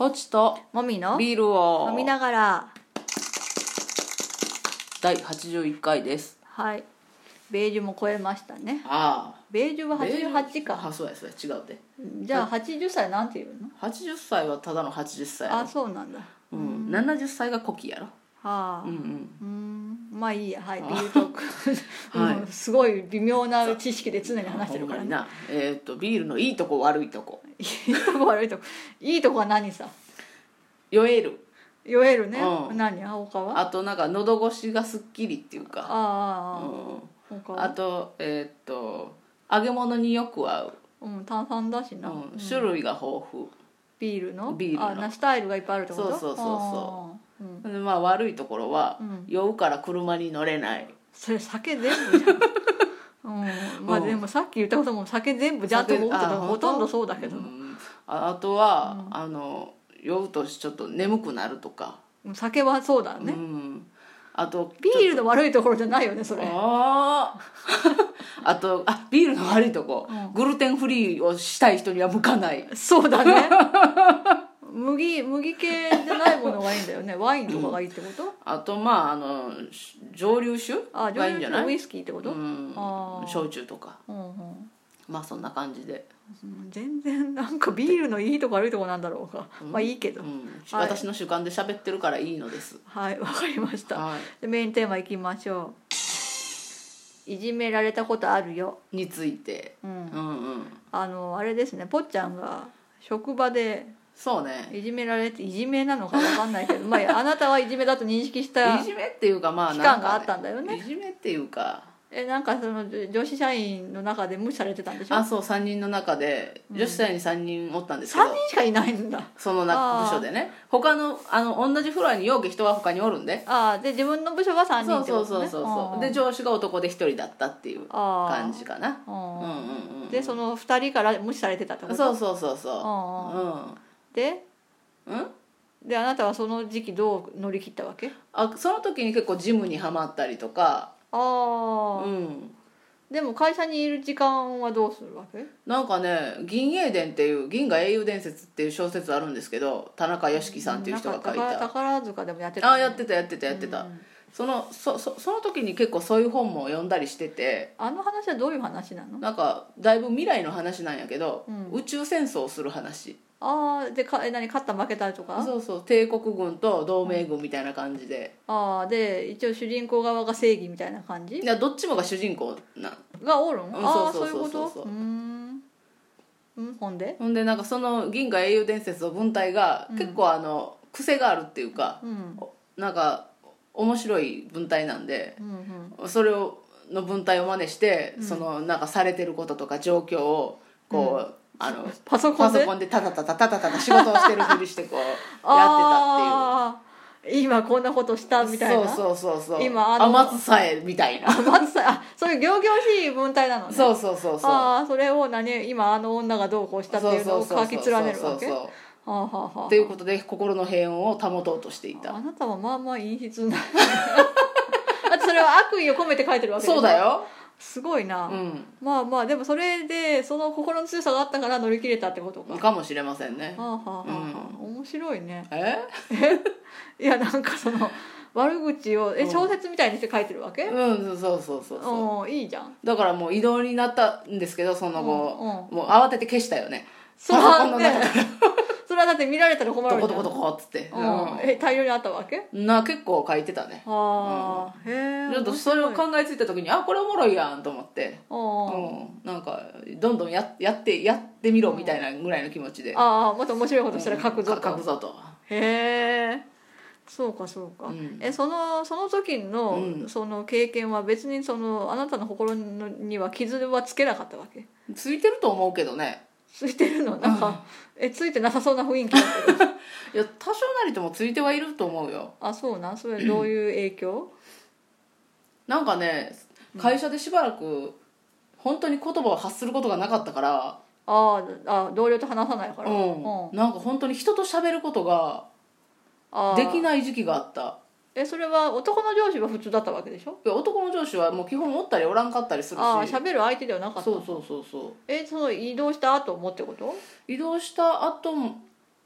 ポチともみのビールを飲みながら。 第81回です。 はい、ベージュも超えましたね。 ああ、 ベージュは88か。 あ、そうやそうや、違うで。 じゃあ80歳なんて言うの。 80歳はただの80歳やろ。 あ、そうなんだ。 70歳が古希やろ。 はあ、 うんまあいいや。はい、ビールトーク、 はいすごい微妙な知識で常に話してるからね。 ほんまにな。ビールのいいとこ悪いとこ。 いいとこ悪いとこ。いいとこは何さ。 酔える。 酔えるね。 うん何他は。 あとなんか喉越しがすっきりっていうか。 あ他は。 あと揚げ物によく合う。 炭酸だしな。 種類が豊富。 ビールの。 ビールのスタイルがいっぱいあるってこと。 そうでまあ悪いところは、酔うから車に乗れない。 それ酒全部じゃん。まあでもさっき言ったことも酒全部じゃんと思うけどほとんどそうだけど。 あとは、酔うとちょっと眠くなるとか。 酒はそうだね。 あとビールの悪いところじゃないよねそれ。 あとビールの悪いとこ、グルテンフリーをしたい人には向かない。 そうだね。麦系じゃないものがいいんだよね。ワインとかがいいってこと。 あと蒸留酒がいいんじゃない。 ウイスキーってこと。 焼酎とか、まあそんな感じで、 全然なんかビールのいいとこ悪いとこなんだろうか。まあいいけど、 私の主観で喋ってるからいいのです。 はい、わかりました。でメインテーマいきましょう。いじめられたことあるよについて。 あれですね、ぽっちゃんが職場でそうね、 いじめられて、いじめなのか分かんないけどまああなたはいじめだと認識したいじめっていうか期間があったんだよね。 いじめっていうかなんかその女子社員の中で無視されてたんでしょ。 そう、3人の中で女子社員に3人おったんですけど、 3人しかいないんだ。 その部署でね。他の同じフロアにようけ人が他におるんで。 で自分の部署が3人ってことね。 そうで上司が男で1人だったっていう感じかな。 でその2人から無視されてたってこと。 そうでであなたはその時期どう乗り切ったわけ。 その時に結構ジムにはまったりとか。 でも会社にいる時間はどうするわけ。 なんかね、銀英伝っていう銀河英雄伝説っていう小説あるんですけど、田中良樹さんっていう人が書いた。 宝塚でもやってた、 やってた。その時に結構そういう本も読んだりしてて。 あの話はどういう話なの。 なんかだいぶ未来の話なんやけど、宇宙戦争をする話。 で何勝った負けたとか。 そう帝国軍と同盟軍みたいな感じで。 で一応主人公側が正義みたいな感じ。 いやどっちもが主人公がおるん。 そういうこと。ほんでなんかその銀河英雄伝説の文体が結構癖があるっていうか、なんか面白い文体なんで、それの文体を真似して、なんかされてることとか状況をこう、パソコンでタタタ仕事をしてるふりしてこうやってたっていう。 今こんなことしたみたいな。 そう今天津さえみたいな。 天津さえ、そういう仰々しい文体なのね。 そうそれを今女がどうこうしたっていうのを書き連ねるわけ。 ということで心の平穏を保とうとしていた。 あなたはまあまあ陰湿なだってそれは悪意を込めて書いてるわけでしょ。 そうだよ。 すごいな。まあでもそれでその心の強さがあったから乗り切れたってことかもしれませんね。 面白いね。 いやなんかその悪口を小説みたいにして書いてるわけ。そういいじゃん。 だからもう異動になったんですけど、その後もう慌てて消したよね。 それはだって見られたら困るじゃん。 どこっつって。 大量にあったわけ。 結構書いてたね。ちょっとそれを考えついた時にこれおもろいやんと思って、なんかどんどんやってみろみたいなぐらいの気持ちで、 また面白いことしたら書くぞと。 へえ、 そうか。その時のその経験は別にあなたの心には傷はつけなかったわけ。 ついてると思うけどね。 ついてるのなんか、ついてなさそうな雰囲気だけどいや多少なりともついてはいると思うよ。 そうなん。それどういう影響なんかね、会社でしばらく本当に言葉を発することがなかったから。 同僚と話さないから。 なんか本当に人と喋ることができない時期があった。 それは男の上司は普通だったわけでしょ。 男の上司はもう基本おったりおらんかったりするし。 喋る相手ではなかった。 そう。 その移動した後もってこと。 移動した後も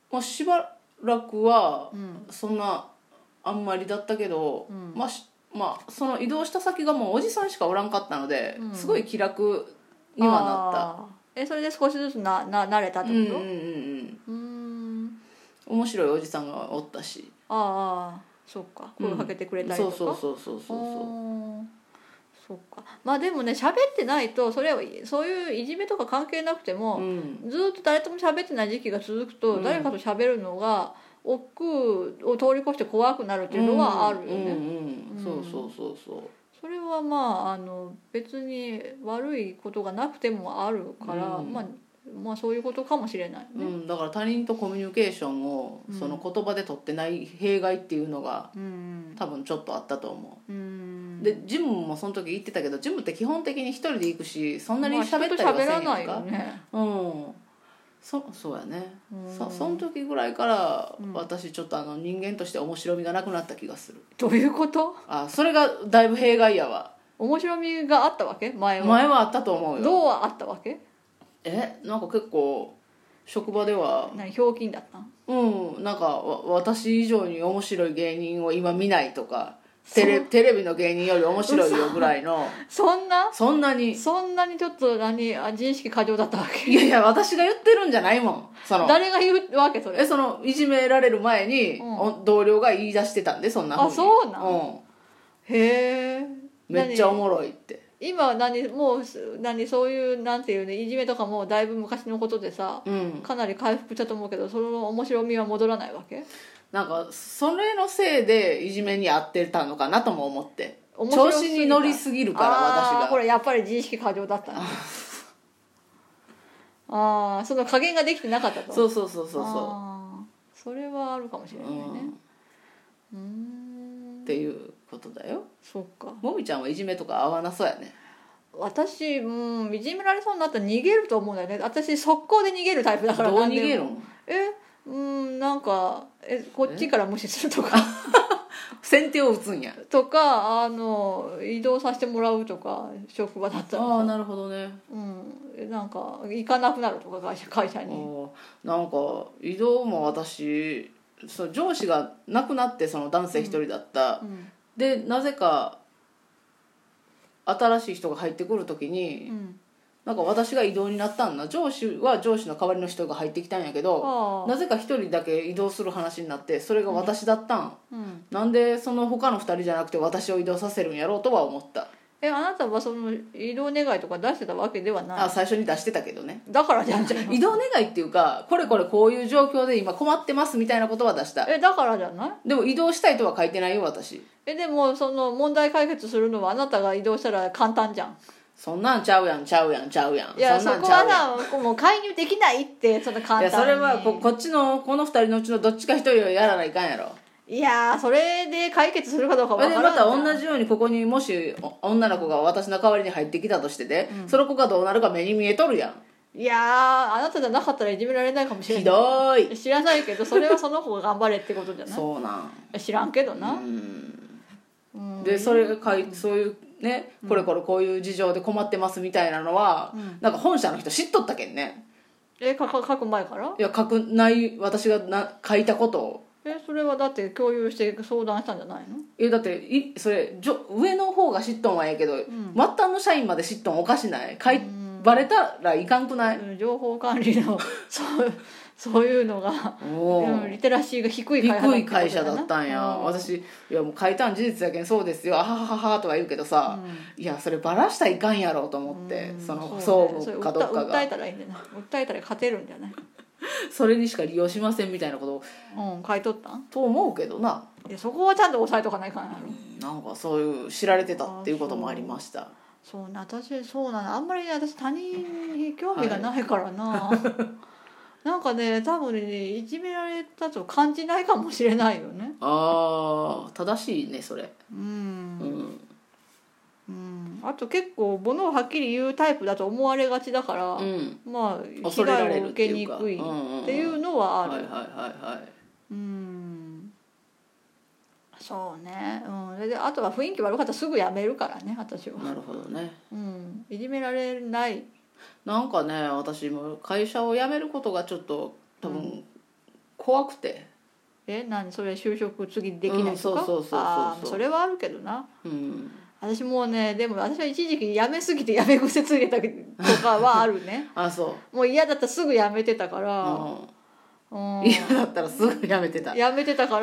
まあ、しばらくはうんそんなあんまりだったけど、 うんまあその移動した先がもうおじさんしかおらんかったので、 うんすごい気楽にはなった。 あーそれで少しずつ慣れたってこと？ うんうんうんうーん面白いおじさんがおったし、 ああそうか声かけてくれたりとか、 そうそうそうそうそうそうかまあでもね喋ってないとそういういじめとか関係なくても、 うんずっと誰とも喋ってない時期が続くと、誰かと喋るのが億劫を通り越して怖くなるっていうのはあるよね、 そうそうそうそうそれはまあ別に悪いことがなくてもあるから、まあそういうことかもしれないね、 だから他人とコミュニケーションをその言葉で取ってない弊害っていうのが多分ちょっとあったと思う、でジムもその時言ってたけど、ジムって基本的に一人で行くしそんなに喋ったりはせんやんか、 まあ人と喋らないよね、 そうやね、その時ぐらいから私ちょっと人間として面白みがなくなった気がする。 どういうこと？ それがだいぶ弊害やわ。 面白みがあったわけ？前はあったと思うよ。 どうあったわけ？ なんか結構職場ではひょうきんだったん？ なんか私以上に面白い芸人を今見ないとか、テレビの芸人より面白いよぐらいのそんなにちょっと自意識過剰だったわけ？ いや私が言ってるんじゃないもん。 誰が言うわけそれ？ いじめられる前に、同僚が言い出してたんで、そんなふうに。 そうなん？へえ。 めっちゃおもろいって。 今もうそういうなんていうね、いじめとかもだいぶ昔のことでさ、かなり回復したと思うけど、その面白みは戻らないわけ？ なんかそれのせいでいじめに遭ってたのかなとも思って、調子に乗りすぎるから私が。 これやっぱり自意識過剰だったね。その加減ができてなかったと。 そうそれはあるかもしれないね。 っていうことだよ。 そうか。 もみちゃんはいじめとか合わなそうやね。 私いじめられそうになったら逃げると思うんだよね。私速攻で逃げるタイプだから。 どう逃げるの？なんかこっちから無視するとか先手を打つんやとか移動させてもらうとか、職場だったらなるほどね。 なんか行かなくなるとか、会社に。 なんか移動も私上司が亡くなって、その男性一人だった、でなぜか新しい人が入ってくる時に、なんか私が異動になったんだ。上司は上司の代わりの人が入ってきたんやけど、なぜか一人だけ移動する話になって、それが私だったん、なんでその他の二人じゃなくて私を移動させるんやろうとは思った。 あなたはその移動願いとか出してたわけではない？ 最初に出してたけどね。 だからじゃないの？ 移動願いっていうか、これこういう状況で今困ってますみたいなことは出した。 だからじゃない？ でも移動したいとは書いてないよ私。 でもその問題解決するのはあなたが移動したら簡単じゃん。 そんなんちゃうやん。 いやそこはさ、もう介入できないって、その簡単に。 いやそれはこっちのこの二人のうちのどっちか一人をやらないかんやろ。 いやそれで解決するかどうかわからない。でまた同じようにここにもし女の子が私の代わりに入ってきたとしてで、その子がどうなるか目に見えとるやん。 いやあなたじゃなかったらいじめられないかもしれない。 ひどい。 知らないけど、それはその子が頑張れってことじゃない？ そうなん。 知らんけどな。 でそういうね、これこういう事情で困ってますみたいなのは、なんか本社の人知っとったけんね。 書く前から？ いや書くない私が書いたことを。 それはだって共有して相談したんじゃないの？ だってそれ上の方が知っとんはええけど、末端の社員まで知っとんおかしない？バレたらいかんくない？ 情報管理のそういうのがリテラシーが低い会社だったんや。私いやもう書いたん事実やけんそうですよあはははとは言うけどさ、いやそれバラしたらいかんやろうと思って、その総務かどっかが訴えたらいいんじゃない？訴えたら勝てるんじゃない？ それにしか利用しませんみたいなことを書いとったんと思うけどな。 いやそこはちゃんと押さえとかないかんやろ。 なんかそういう知られてたっていうこともありました。 そうね、私そうなの、あんまり私他人に興味がないからな、なんかね多分ねいじめられたと感じないかもしれないよね。 正しいねそれ。 あと結構物をはっきり言うタイプだと思われがちだから、まあ被害を受けにくいっていうのはある。そうね、であとは雰囲気悪かったらすぐ辞めるからね私は。 なるほどね。 いじめられない。 なんかね私も会社を辞めることがちょっと多分、 怖くて。 何それ就職次できないとか、 そうそうそうそう。 ああそれはあるけどな。私もうねでも私は一時期辞めすぎて辞め癖ついたとかはあるねあ、そうもう嫌だったらすぐ辞めてたから、 嫌だったらすぐ辞めてた。 辞めてたから、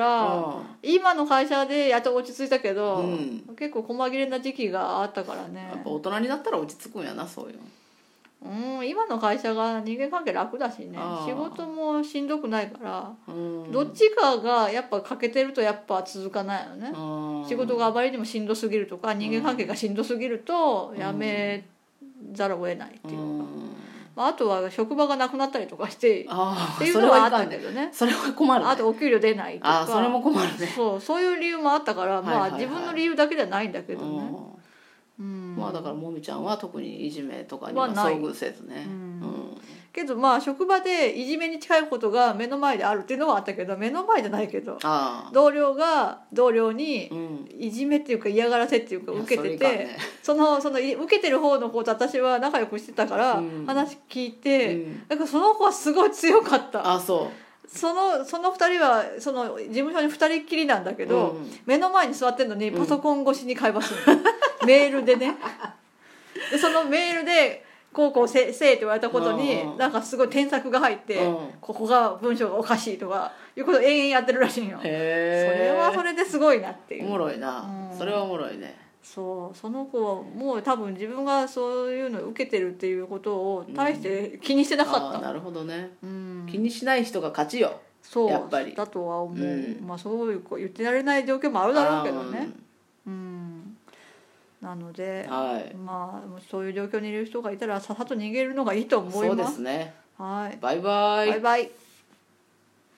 今の会社でやっと落ち着いたけど、結構細切れな時期があったからね。 やっぱ大人になったら落ち着くんやなそういう。 今の会社が人間関係楽だしね、仕事もしんどくないから、どっちかがやっぱ欠けてるとやっぱ続かないよね。仕事があまりにもしんどすぎるとか人間関係がしんどすぎるとやめざるを得ないっていうか、あとは職場がなくなったりとかしてっていうのはあったけどね。 それは困るね。 あとお給料出ないとか、 それも困るね。 そういう理由もあったから、自分の理由だけじゃないんだけどね。 まあだからもみちゃんは特にいじめとかには遭遇せずね。 けど職場でいじめに近いことが目の前であるっていうのはあったけど、目の前じゃないけど同僚が同僚にいじめっていうか嫌がらせっていうか受けてて、その受けてる方の子と私は仲良くしてたから話聞いて、だからその子はすごい強かった。その2人はその事務所に2人っきりなんだけど、目の前に座ってるのにパソコン越しに会話するの、メールでね。でそのメールでこうせえって言われたことになんかすごい添削が入って、ここが文章がおかしいとかいうことを延々やってるらしいよ。それはそれですごいなっていう。 おもろいな、それはおもろいね。 その子はもう多分自分がそういうのを受けてるっていうことを大して気にしてなかった。 なるほどね、気にしない人が勝ちよ。そうやっぱりだとは思う、そういう言ってられない状況もあるだろうけどね。なので、そういう状況にいる人がいたらさっさと逃げるのがいいと思います。 そうですね。 はい。 バイバイ。 バイバイ。